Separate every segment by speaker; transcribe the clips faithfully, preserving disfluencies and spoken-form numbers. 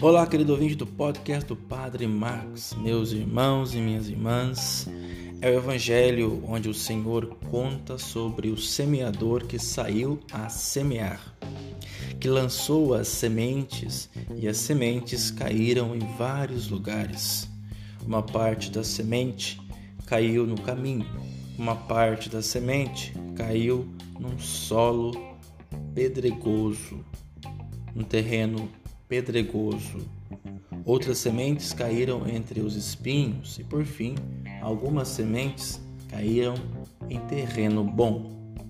Speaker 1: Olá, querido ouvinte do podcast do Padre Marcos, meus irmãos e minhas irmãs. É o Evangelho onde o Senhor conta sobre o semeador que saiu a semear, que lançou as sementes e as sementes caíram em vários lugares. Uma parte da semente caiu no caminho, uma parte da semente caiu num solo pedregoso, num terreno pedregoso. Outras sementes caíram entre os espinhos e, por fim, algumas sementes caíram em terreno bom.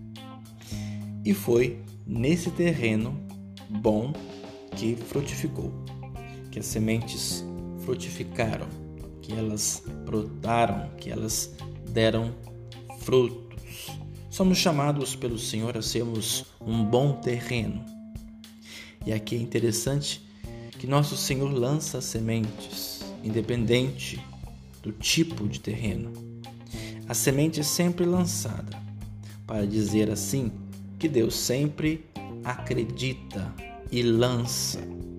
Speaker 1: E foi nesse terreno bom que frutificou, que as sementes frutificaram, que elas brotaram, que elas deram frutos. Somos chamados pelo Senhor a sermos um bom terreno. E aqui é interessante que nosso Senhor lança sementes, independente do tipo de terreno. A semente é sempre lançada, para dizer assim que Deus sempre acredita e lança.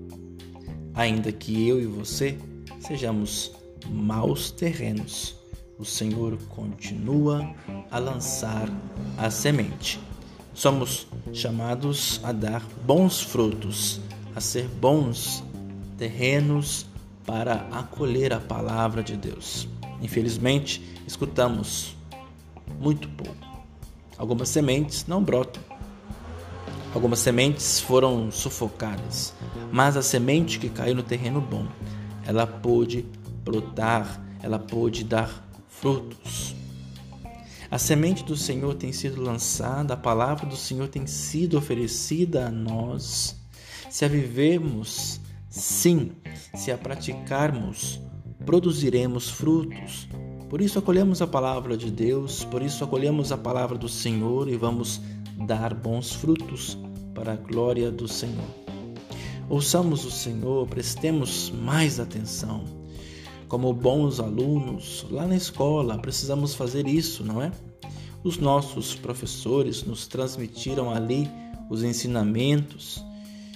Speaker 1: Ainda que eu e você sejamos maus terrenos, o Senhor continua a lançar a semente. Somos chamados a dar bons frutos, a ser bons terrenos para acolher a palavra de Deus. Infelizmente, escutamos muito pouco. Algumas sementes não brotam. Algumas sementes foram sufocadas, mas a semente que caiu no terreno bom, ela pôde brotar, ela pôde dar frutos. A semente do Senhor tem sido lançada, a palavra do Senhor tem sido oferecida a nós. Se a vivermos, sim, se a praticarmos, produziremos frutos. Por isso acolhemos a palavra de Deus, por isso acolhemos a palavra do Senhor e vamos dar bons frutos para a glória do Senhor. Ouçamos o Senhor, prestemos mais atenção. Como bons alunos, lá na escola, precisamos fazer isso, não é? Os nossos professores nos transmitiram ali os ensinamentos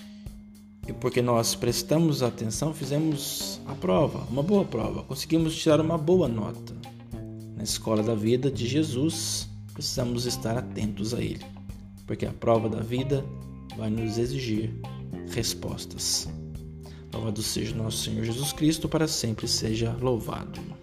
Speaker 1: e porque nós prestamos atenção, fizemos a prova, uma boa prova, conseguimos tirar uma boa nota. Na escola da vida de Jesus, precisamos estar atentos a Ele, porque a prova da vida vai nos exigir respostas. Louvado seja nosso Senhor Jesus Cristo, para sempre seja louvado.